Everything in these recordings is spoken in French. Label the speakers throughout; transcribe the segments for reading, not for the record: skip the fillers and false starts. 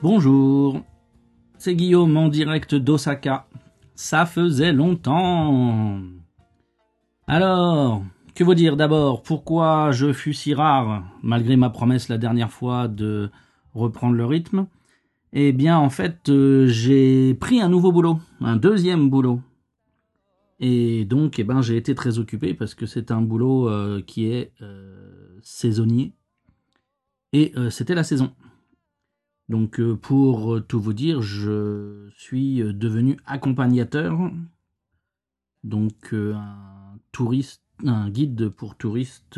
Speaker 1: Bonjour, c'est Guillaume en direct d'Osaka. Ça faisait longtemps. Alors, que vous dire d'abord? Pourquoi je fus si rare, malgré ma promesse la dernière fois de reprendre le rythme? Eh bien, en fait, j'ai pris un nouveau boulot, un deuxième boulot. Et donc, j'ai été très occupé parce que c'est un boulot qui est saisonnier. Et c'était la saison. Donc, pour tout vous dire, je suis devenu accompagnateur, donc un guide pour touristes,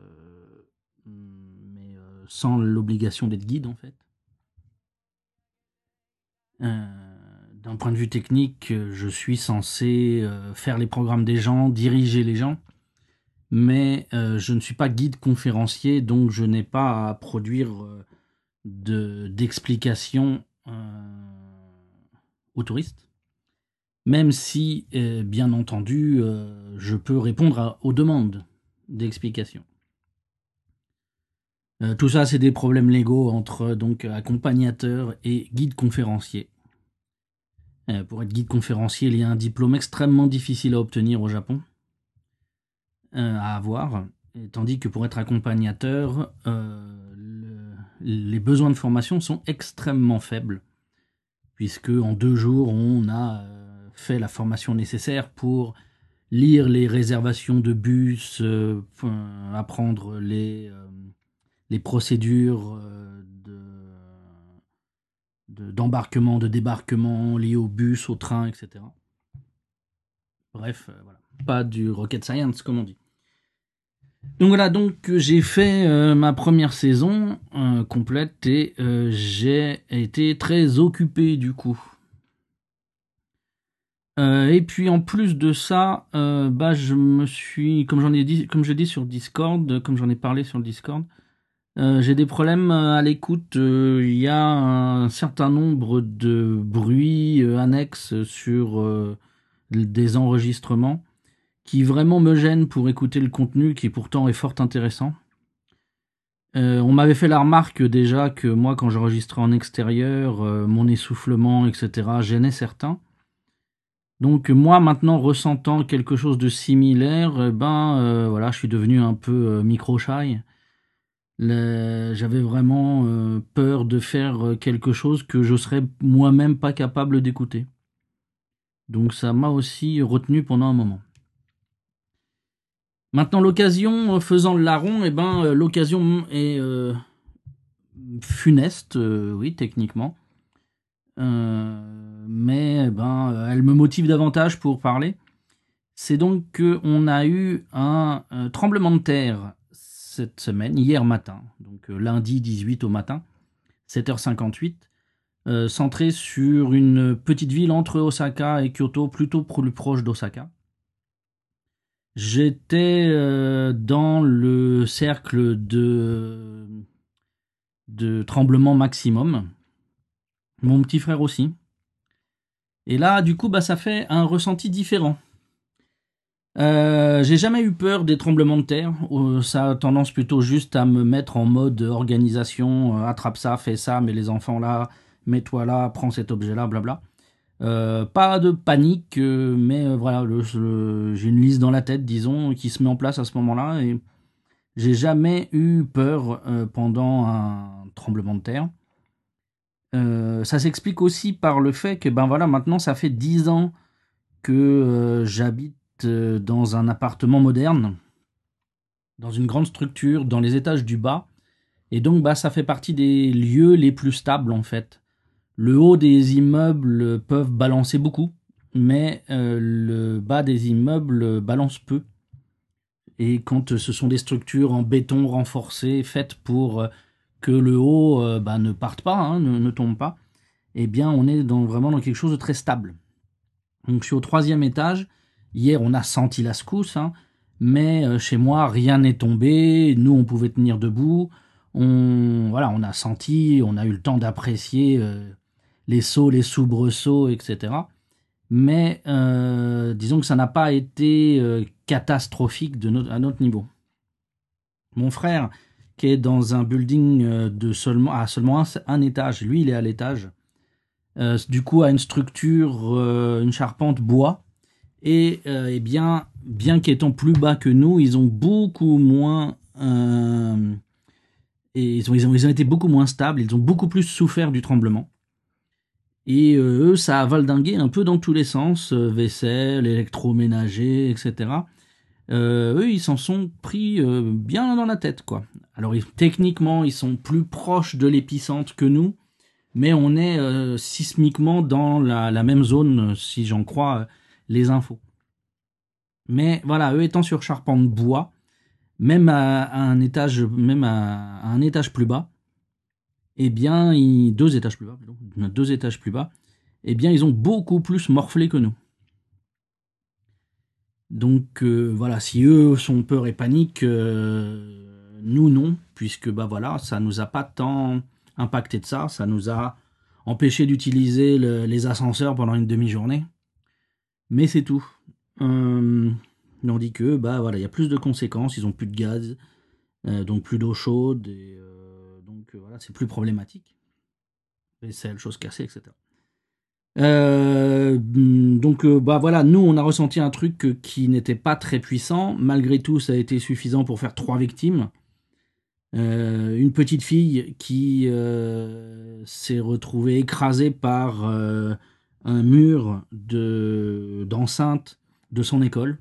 Speaker 1: mais sans l'obligation d'être guide en fait. D'un point de vue technique, je suis censé faire les programmes des gens, diriger les gens, mais je ne suis pas guide conférencier, donc je n'ai pas à produire d'explications aux touristes, même si, bien entendu, je peux répondre aux demandes d'explications. Tout ça, c'est des problèmes légaux entre donc accompagnateur et guide conférencier. Pour être guide conférencier, il y a un diplôme extrêmement difficile à obtenir au Japon, à avoir, tandis que pour être accompagnateur, les besoins de formation sont extrêmement faibles, puisque en 2 jours, on a fait la formation nécessaire pour lire les réservations de bus, apprendre les procédures d'embarquement, de débarquement liées au bus, au train, etc. Bref, voilà. Pas du rocket science, comme on dit. Donc voilà, j'ai fait ma première saison complète et j'ai été très occupé du coup. Et puis en plus de ça, je me suis, comme je dis sur Discord, comme j'en ai parlé sur le Discord, j'ai des problèmes à l'écoute. Il y a un certain nombre de bruits annexes sur des enregistrements qui vraiment me gênent pour écouter le contenu qui pourtant est fort intéressant. On m'avait fait la remarque déjà que moi, quand j'enregistrais en extérieur, mon essoufflement, etc., gênait certains. Donc moi, maintenant, ressentant quelque chose de similaire, voilà, je suis devenu un peu micro-shy. J'avais vraiment peur de faire quelque chose que je serais moi-même pas capable d'écouter. Donc ça m'a aussi retenu pendant un moment. Maintenant, l'occasion faisant le larron, l'occasion est funeste, oui, techniquement. Mais elle me motive davantage pour parler. C'est donc qu'on a eu un tremblement de terre cette semaine, hier matin, donc lundi 18 au matin, 7h58, centré sur une petite ville entre Osaka et Kyoto, plutôt plus proche d'Osaka. J'étais dans le cercle de tremblement maximum. Mon petit frère aussi. Et là, du coup, ça fait un ressenti différent. J'ai jamais eu peur des tremblements de terre. Ça a tendance plutôt juste à me mettre en mode organisation. Attrape ça, fais ça, mets les enfants là, mets-toi là, prends cet objet-là, blabla. Pas de panique, mais voilà, j'ai une liste dans la tête, disons, qui se met en place à ce moment-là. Et j'ai jamais eu peur pendant un tremblement de terre. Ça s'explique aussi par le fait que maintenant ça fait 10 ans que j'habite dans un appartement moderne, dans une grande structure, dans les étages du bas, et donc ça fait partie des lieux les plus stables en fait. Le haut des immeubles peuvent balancer beaucoup, mais le bas des immeubles balance peu. Et quand ce sont des structures en béton renforcé faites pour que le haut ne parte pas, ne tombe pas, on est vraiment dans quelque chose de très stable. Donc je suis au 3e étage. Hier, on a senti la secousse, mais chez moi, rien n'est tombé. Nous, on pouvait tenir debout. On a senti, on a eu le temps d'apprécier les sauts, les soubresauts, etc. Mais disons que ça n'a pas été catastrophique à notre niveau. Mon frère, qui est dans un building de seulement un étage. Lui, il est à l'étage. Du coup, a une structure, une charpente bois. Et eh bien qu'étant plus bas que nous, ils ont beaucoup moins. Et ils ont été beaucoup moins stables. Ils ont beaucoup plus souffert du tremblement. Et eux, ça a valdingué un peu dans tous les sens, vaisselle, électroménager, etc. Eux, ils s'en sont pris bien dans la tête, quoi. Alors, techniquement, ils sont plus proches de l'épicentre que nous, mais on est sismiquement dans la même zone, si j'en crois les infos. Mais voilà, eux étant sur charpente bois, même à un étage, à un étage plus bas, eh bien, 2 étages plus bas, plutôt, 2 étages plus bas, eh bien, ils ont beaucoup plus morflé que nous. Donc voilà, si eux sont peur et panique, nous non, puisque bah voilà, ça nous a pas tant impacté de ça, ça nous a empêché d'utiliser les ascenseurs pendant une demi-journée, mais c'est tout. On dit que bah voilà, il y a plus de conséquences, ils ont plus de gaz, donc plus d'eau chaude, et donc voilà, c'est plus problématique. Vaisselle, choses cassées, etc. Donc bah voilà, nous on a ressenti un truc qui n'était pas très puissant. Malgré tout, ça a été suffisant pour faire 3 victimes. Une petite fille qui s'est retrouvée écrasée par un mur d'enceinte de son école.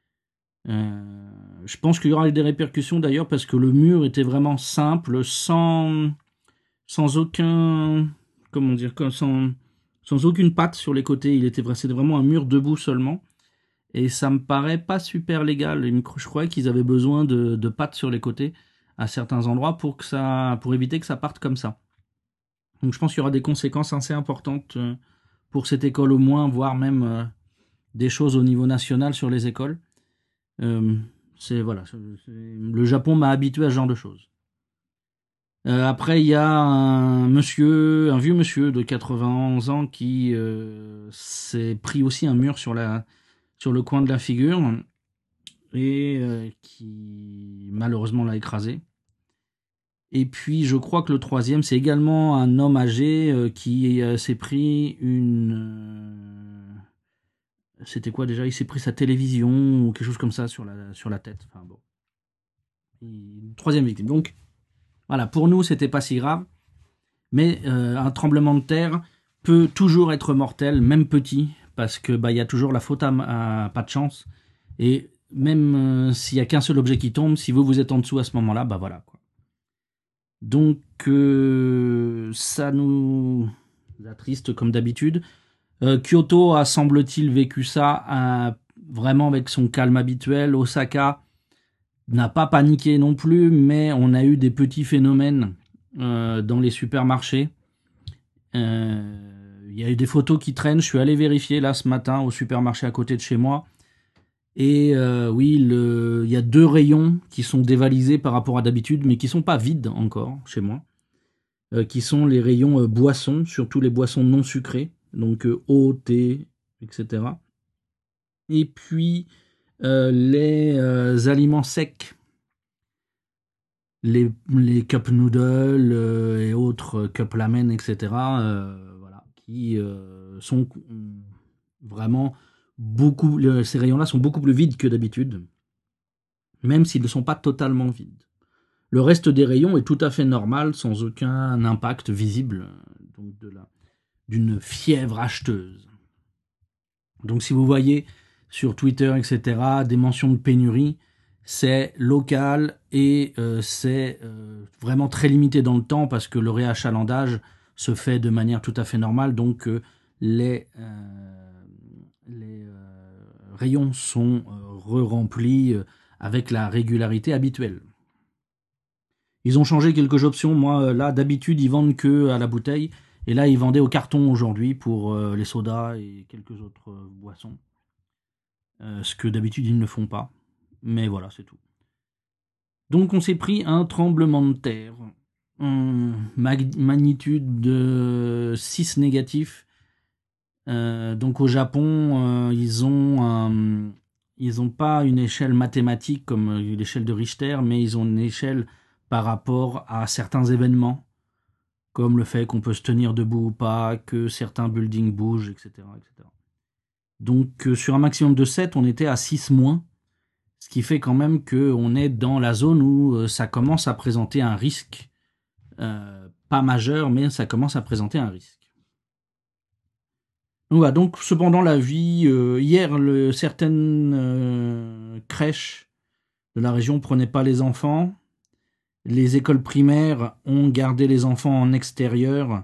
Speaker 1: Je pense qu'il y aura des répercussions d'ailleurs parce que le mur était vraiment simple, sans aucun, comment dire, sans aucune patte sur les côtés. C'était vraiment un mur debout seulement. Et ça me paraît pas super légal. Je croyais qu'ils avaient besoin de pattes sur les côtés à certains endroits pour éviter que ça parte comme ça. Donc je pense qu'il y aura des conséquences assez importantes pour cette école au moins, voire même des choses au niveau national sur les écoles. Voilà, le Japon m'a habitué à ce genre de choses. Après, il y a un vieux monsieur de 91 ans qui s'est pris aussi un mur sur le coin de la figure et qui malheureusement l'a écrasé. Et puis, je crois que le troisième, c'est également un homme âgé qui s'est pris c'était quoi déjà? Il s'est pris sa télévision ou quelque chose comme ça sur la tête. Enfin bon. Troisième victime. Donc, voilà, pour nous, c'était pas si grave. Mais un tremblement de terre peut toujours être mortel, même petit, parce que bah, y a toujours la faute à pas de chance. Et même s'il y a qu'un seul objet qui tombe, si vous êtes en dessous à ce moment-là, bah voilà, quoi. Donc ça nous attriste comme d'habitude. Kyoto a, semble-t-il, vécu ça vraiment avec son calme habituel. Osaka n'a pas paniqué non plus, mais on a eu des petits phénomènes dans les supermarchés. Il y a eu des photos qui traînent. Je suis allé vérifier là ce matin au supermarché à côté de chez moi. Et oui, il y a 2 rayons qui sont dévalisés par rapport à d'habitude, mais qui sont pas vides encore chez moi. Qui sont les rayons boissons, surtout les boissons non sucrées, donc eau, thé, etc. Et puis les aliments secs, les cup noodles et autres cup ramen, etc. Voilà, qui sont vraiment ces rayons-là sont beaucoup plus vides que d'habitude, même s'ils ne sont pas totalement vides. Le reste des rayons est tout à fait normal, sans aucun impact visible donc d'une fièvre acheteuse. Donc si vous voyez sur Twitter, etc., des mentions de pénurie, c'est local et c'est vraiment très limité dans le temps parce que le réachalandage se fait de manière tout à fait normale. Donc les rayons sont re-remplis avec la régularité habituelle. Ils ont changé quelques options. Moi, là, d'habitude, ils vendent que à la bouteille. Et là, ils vendaient au carton aujourd'hui pour les sodas et quelques autres boissons. Ce que d'habitude, ils ne font pas. Mais voilà, c'est tout. Donc, on s'est pris un tremblement de terre. Magnitude de 6 négatif. Donc, au Japon, ils ont pas une échelle mathématique comme l'échelle de Richter, mais ils ont une échelle par rapport à certains événements, comme le fait qu'on peut se tenir debout ou pas, que certains buildings bougent, etc. etc. Donc sur un maximum de 7, on était à 6 moins, ce qui fait quand même qu'on est dans la zone où ça commence à présenter un risque, pas majeur, mais ça commence à présenter un risque. Donc, voilà, donc cependant la vie, hier certaines crèches de la région prenaient pas les enfants, les écoles primaires ont gardé les enfants en extérieur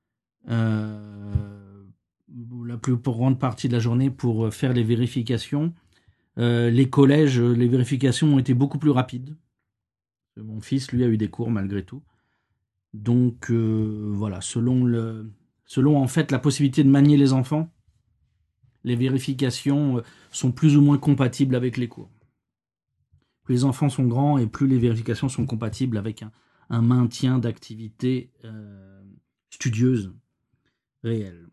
Speaker 1: la plus grande partie de la journée pour faire les vérifications. Les collèges, les vérifications ont été beaucoup plus rapides. Mon fils, lui, a eu des cours malgré tout. Donc voilà, selon en fait la possibilité de manier les enfants, les vérifications sont plus ou moins compatibles avec les cours. Plus les enfants sont grands et plus les vérifications sont compatibles avec un maintien d'activité studieuse réelle.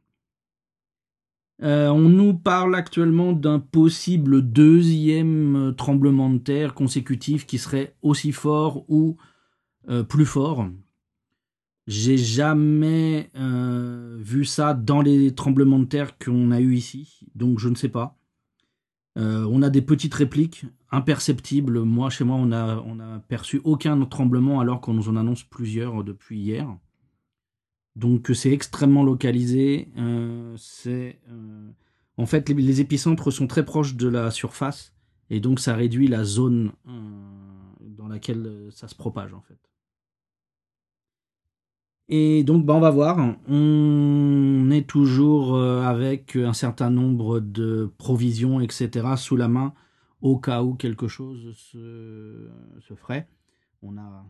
Speaker 1: On nous parle actuellement d'un possible deuxième tremblement de terre consécutif qui serait aussi fort ou plus fort. J'ai jamais vu ça dans les tremblements de terre qu'on a eu ici, donc je ne sais pas. On a des petites répliques imperceptibles. Moi, chez moi, on a perçu aucun tremblement alors qu'on nous en annonce plusieurs depuis hier. Donc c'est extrêmement localisé. En fait, les épicentres sont très proches de la surface et donc ça réduit la zone dans laquelle ça se propage en fait. Et donc on va voir. On est toujours avec un certain nombre de provisions, etc. sous la main au cas où quelque chose se ferait. On a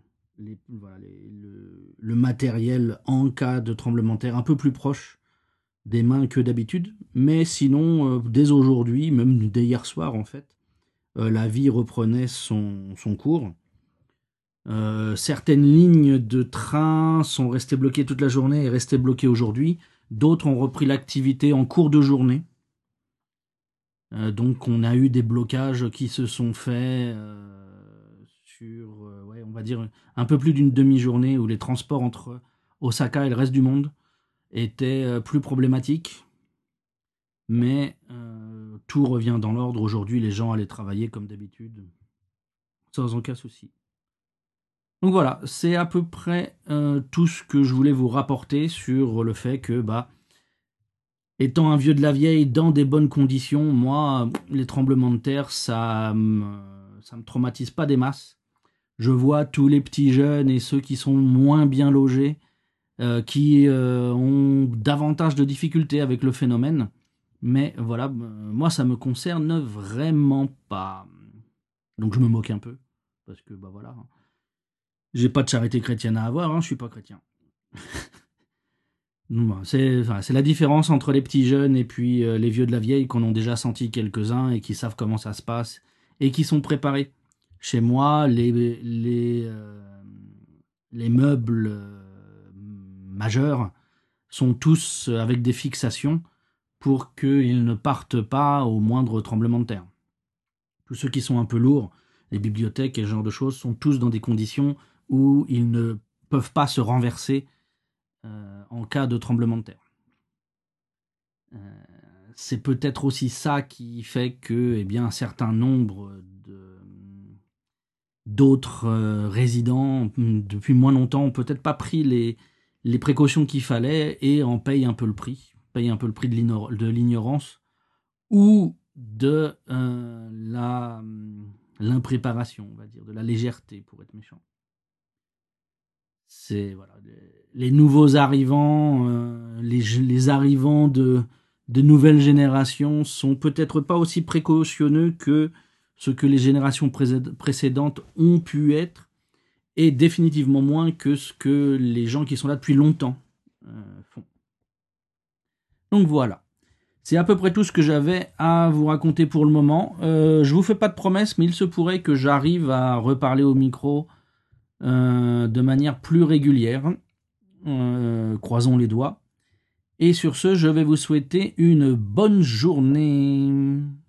Speaker 1: le matériel en cas de tremblement de terre un peu plus proche des mains que d'habitude, mais sinon, dès aujourd'hui, même dès hier soir en fait, la vie reprenait son cours. Certaines lignes de train sont restées bloquées toute la journée et restées bloquées aujourd'hui. D'autres ont repris l'activité en cours de journée. Donc on a eu des blocages qui se sont faits sur, on va dire, un peu plus d'une demi-journée où les transports entre Osaka et le reste du monde étaient plus problématiques. Mais tout revient dans l'ordre. Aujourd'hui, les gens allaient travailler comme d'habitude, sans aucun souci. Donc voilà, c'est à peu près tout ce que je voulais vous rapporter sur le fait que, étant un vieux de la vieille, dans des bonnes conditions, moi, les tremblements de terre, ça me traumatise pas des masses. Je vois tous les petits jeunes et ceux qui sont moins bien logés, qui ont davantage de difficultés avec le phénomène. Mais voilà, moi, ça me concerne vraiment pas. Donc je me moque un peu, parce que, voilà. J'ai pas de charité chrétienne à avoir, je suis pas chrétien. C'est la différence entre les petits jeunes et puis les vieux de la vieille qu'on a déjà senti quelques-uns et qui savent comment ça se passe et qui sont préparés. Chez moi, les meubles majeurs sont tous avec des fixations pour qu'ils ne partent pas au moindre tremblement de terre. Tous ceux qui sont un peu lourds, les bibliothèques et ce genre de choses, sont tous dans des conditions où ils ne peuvent pas se renverser en cas de tremblement de terre. C'est peut-être aussi ça qui fait que un certain nombre d'autres résidents, depuis moins longtemps, ont peut-être pas pris les précautions qu'il fallait et en payent un peu le prix. Payent un peu le prix de l'ignorance ou de l'impréparation, on va dire, de la légèreté, pour être méchant. C'est les nouveaux arrivants, les arrivants de nouvelles générations sont peut-être pas aussi précautionneux que ce que les générations précédentes ont pu être, et définitivement moins que ce que les gens qui sont là depuis longtemps font. Donc voilà. C'est à peu près tout ce que j'avais à vous raconter pour le moment. Je vous fais pas de promesses, mais il se pourrait que j'arrive à reparler au micro de manière plus régulière. Croisons les doigts. Et sur ce, je vais vous souhaiter une bonne journée.